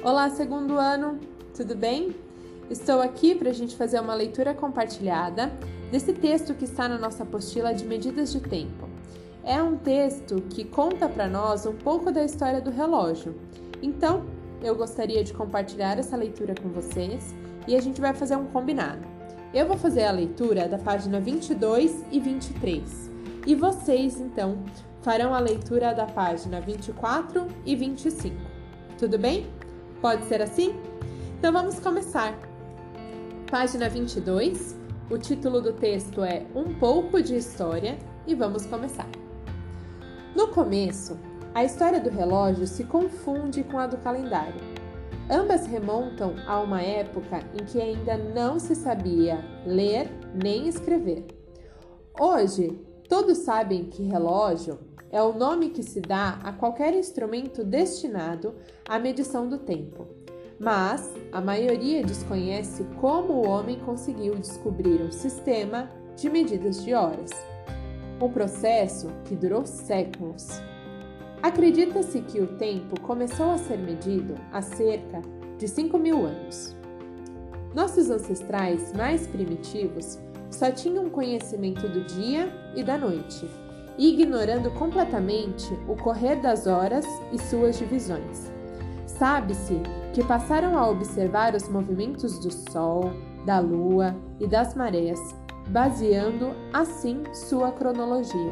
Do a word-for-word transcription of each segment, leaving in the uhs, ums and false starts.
Olá, segundo ano, tudo bem? Estou aqui para a gente fazer uma leitura compartilhada desse texto que está na nossa apostila de medidas de tempo. É um texto que conta para nós um pouco da história do relógio. Então, eu gostaria de compartilhar essa leitura com vocês e a gente vai fazer um combinado. Eu vou fazer a leitura da página vinte e dois e vinte e três e vocês, então, farão a leitura da página vinte e quatro e vinte e cinco. Tudo bem? Pode ser assim? Então vamos começar. Página vinte e dois, o título do texto é Um pouco de História e vamos começar. No começo, a história do relógio se confunde com a do calendário. Ambas remontam a uma época em que ainda não se sabia ler nem escrever. Hoje, todos sabem que relógio é o nome que se dá a qualquer instrumento destinado à medição do tempo. Mas a maioria desconhece como o homem conseguiu descobrir um sistema de medidas de horas. Um processo que durou séculos. Acredita-se que o tempo começou a ser medido há cerca de cinco mil anos. Nossos ancestrais mais primitivos só tinham conhecimento do dia e da noite, ignorando completamente o correr das horas e suas divisões. Sabe-se que passaram a observar os movimentos do Sol, da Lua e das marés, baseando assim sua cronologia.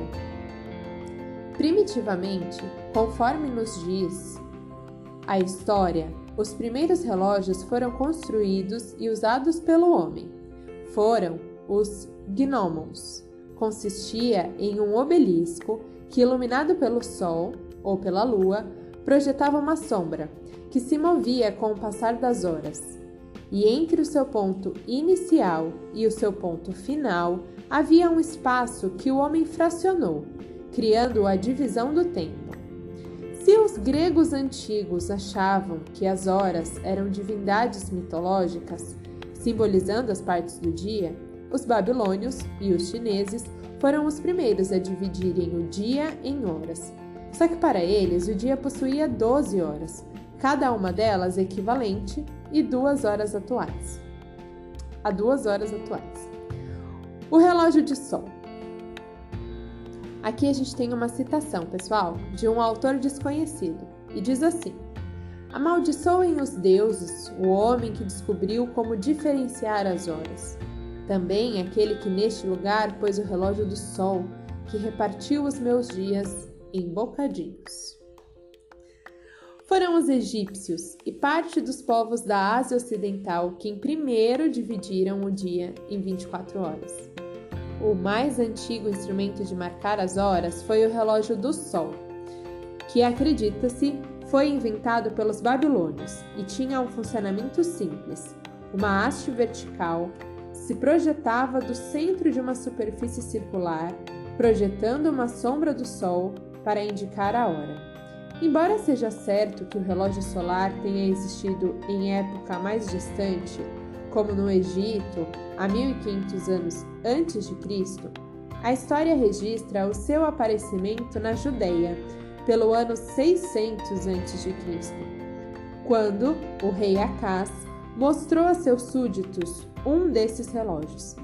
Primitivamente, conforme nos diz a história, os primeiros relógios foram construídos e usados pelo homem. Foram os gnomons. Consistia em um obelisco que, iluminado pelo Sol ou pela Lua, projetava uma sombra que se movia com o passar das horas. E entre o seu ponto inicial e o seu ponto final havia um espaço que o homem fracionou, criando a divisão do tempo. Se os gregos antigos achavam que as horas eram divindades mitológicas, simbolizando as partes do dia, os babilônios e os chineses foram os primeiros a dividirem o dia em horas. Só que para eles o dia possuía doze horas, cada uma delas equivalente e duas horas atuais. A duas horas atuais. O relógio de sol. Aqui a gente tem uma citação, pessoal, de um autor desconhecido, e diz assim: amaldiçoem os deuses o homem que descobriu como diferenciar as horas. Também aquele que neste lugar pôs o relógio do sol, que repartiu os meus dias em bocadinhos. Foram os egípcios e parte dos povos da Ásia Ocidental quem primeiro dividiram o dia em vinte e quatro horas. O mais antigo instrumento de marcar as horas foi o relógio do sol, que acredita-se foi inventado pelos babilônios e tinha um funcionamento simples. Uma haste vertical se projetava do centro de uma superfície circular, projetando uma sombra do Sol para indicar a hora. Embora seja certo que o relógio solar tenha existido em época mais distante, como no Egito, há mil e quinhentos anos antes de Cristo, a história registra o seu aparecimento na Judeia, pelo ano seiscentos antes de Cristo, quando o rei Acás mostrou a seus súditos um desses relógios.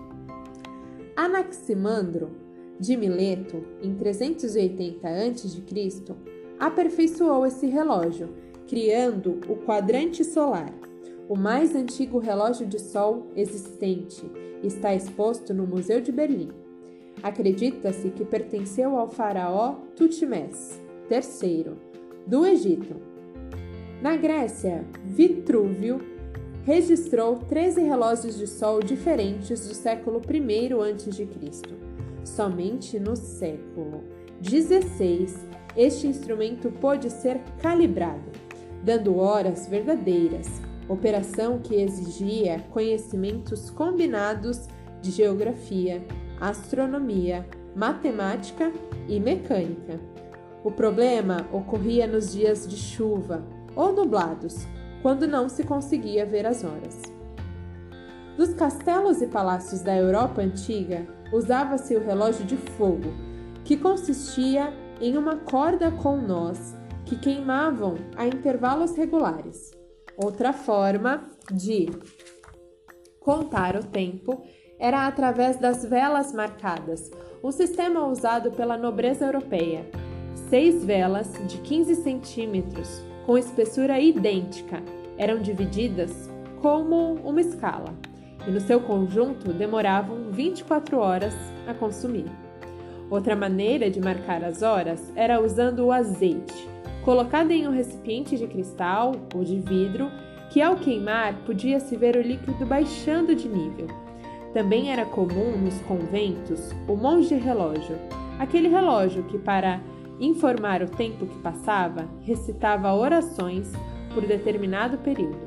Anaximandro de Mileto, em trezentos e oitenta antes de Cristo, aperfeiçoou esse relógio, criando o quadrante solar. O mais antigo relógio de sol existente está exposto no Museu de Berlim. Acredita-se que pertenceu ao faraó Tutmés terceiro, do Egito. Na Grécia, Vitrúvio registrou treze relógios de sol diferentes do século primeiro antes de Cristo. Somente no século dezesseis, este instrumento pôde ser calibrado, dando horas verdadeiras, operação que exigia conhecimentos combinados de geografia, astronomia, matemática e mecânica. O problema ocorria nos dias de chuva ou nublados, quando não se conseguia ver as horas. Nos castelos e palácios da Europa antiga, usava-se o relógio de fogo, que consistia em uma corda com nós que queimavam a intervalos regulares. Outra forma de contar o tempo era através das velas marcadas, um sistema usado pela nobreza europeia. Seis velas de quinze centímetros, com espessura idêntica, eram divididas como uma escala, e no seu conjunto demoravam vinte e quatro horas a consumir. Outra maneira de marcar as horas era usando o azeite, colocado em um recipiente de cristal ou de vidro, que ao queimar podia-se ver o líquido baixando de nível. Também era comum nos conventos o monge relógio, aquele relógio que, para informar o tempo que passava, recitava orações por determinado período.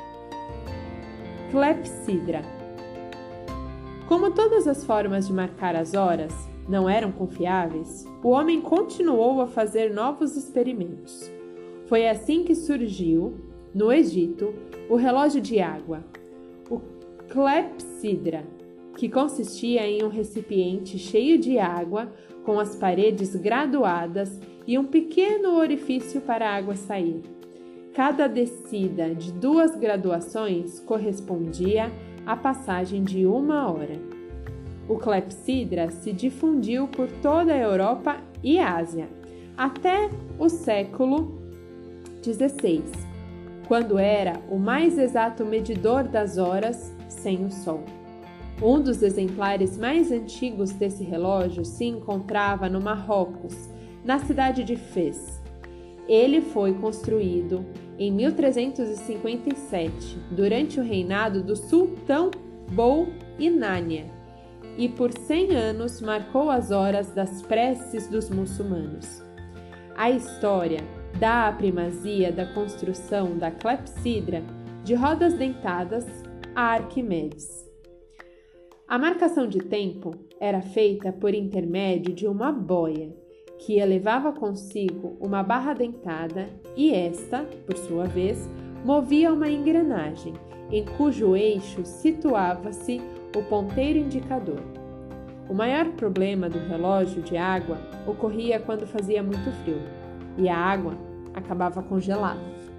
Clepsidra. Como todas as formas de marcar as horas não eram confiáveis, o homem continuou a fazer novos experimentos. Foi assim que surgiu, no Egito, o relógio de água, o clepsidra, que consistia em um recipiente cheio de água, com as paredes graduadas e um pequeno orifício para a água sair. Cada descida de duas graduações correspondia à passagem de uma hora. O clepsidra se difundiu por toda a Europa e Ásia, até o século dezesseis, quando era o mais exato medidor das horas sem o sol. Um dos exemplares mais antigos desse relógio se encontrava no Marrocos, na cidade de Fez. Ele foi construído em mil trezentos e cinquenta e sete, durante o reinado do sultão Bou Inânia, e por cem anos marcou as horas das preces dos muçulmanos. A história dá a primazia da construção da clepsidra de rodas dentadas a Arquimedes. A marcação de tempo era feita por intermédio de uma boia, que elevava consigo uma barra dentada e esta, por sua vez, movia uma engrenagem, em cujo eixo situava-se o ponteiro indicador. O maior problema do relógio de água ocorria quando fazia muito frio e a água acabava congelada.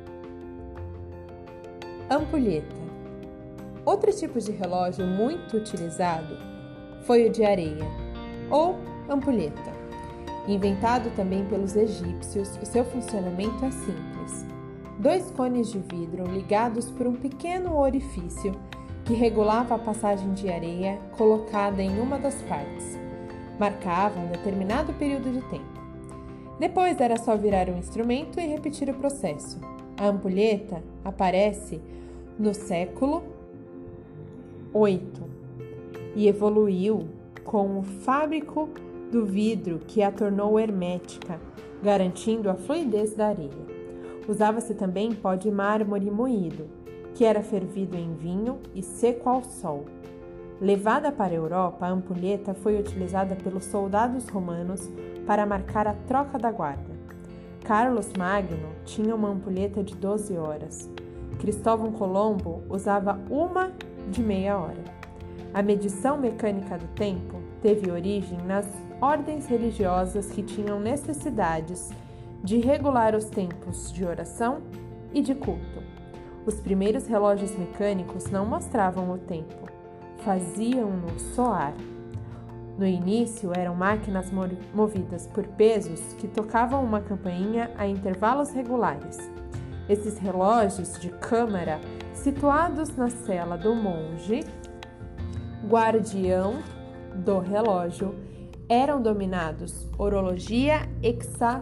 Ampulheta. Outro tipo de relógio muito utilizado foi o de areia, ou ampulheta. Inventado também pelos egípcios, o seu funcionamento é simples. Dois cones de vidro ligados por um pequeno orifício que regulava a passagem de areia colocada em uma das partes. Marcava um determinado período de tempo. Depois era só virar o instrumento e repetir o processo. A ampulheta aparece no século oito e evoluiu com o fábrico do vidro que a tornou hermética, garantindo a fluidez da areia. Usava-se também pó de mármore moído, que era fervido em vinho e seco ao sol. Levada para a Europa, a ampulheta foi utilizada pelos soldados romanos para marcar a troca da guarda. Carlos Magno tinha uma ampulheta de doze horas. Cristóvão Colombo usava uma de meia hora. A medição mecânica do tempo teve origem nas ordens religiosas que tinham necessidades de regular os tempos de oração e de culto. Os primeiros relógios mecânicos não mostravam o tempo, faziam-no soar. No início, eram máquinas movidas por pesos que tocavam uma campainha a intervalos regulares. Esses relógios de câmara, situados na cela do monge, guardião do relógio, eram denominados orologia exa...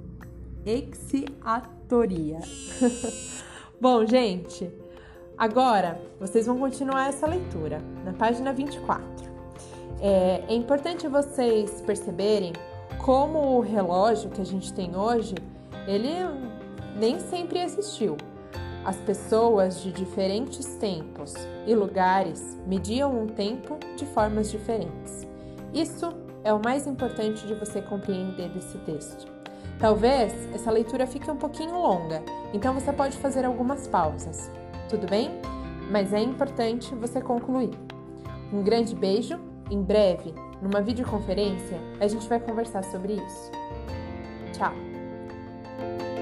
expiatoria. Bom, gente, agora vocês vão continuar essa leitura na página vinte e quatro. É, é importante vocês perceberem como o relógio que a gente tem hoje, ele nem sempre existiu. As pessoas de diferentes tempos e lugares mediam um tempo de formas diferentes. Isso é o mais importante de você compreender desse texto. Talvez essa leitura fique um pouquinho longa, então você pode fazer algumas pausas, tudo bem? Mas é importante você concluir. Um grande beijo, em breve, numa videoconferência, a gente vai conversar sobre isso. Tchau!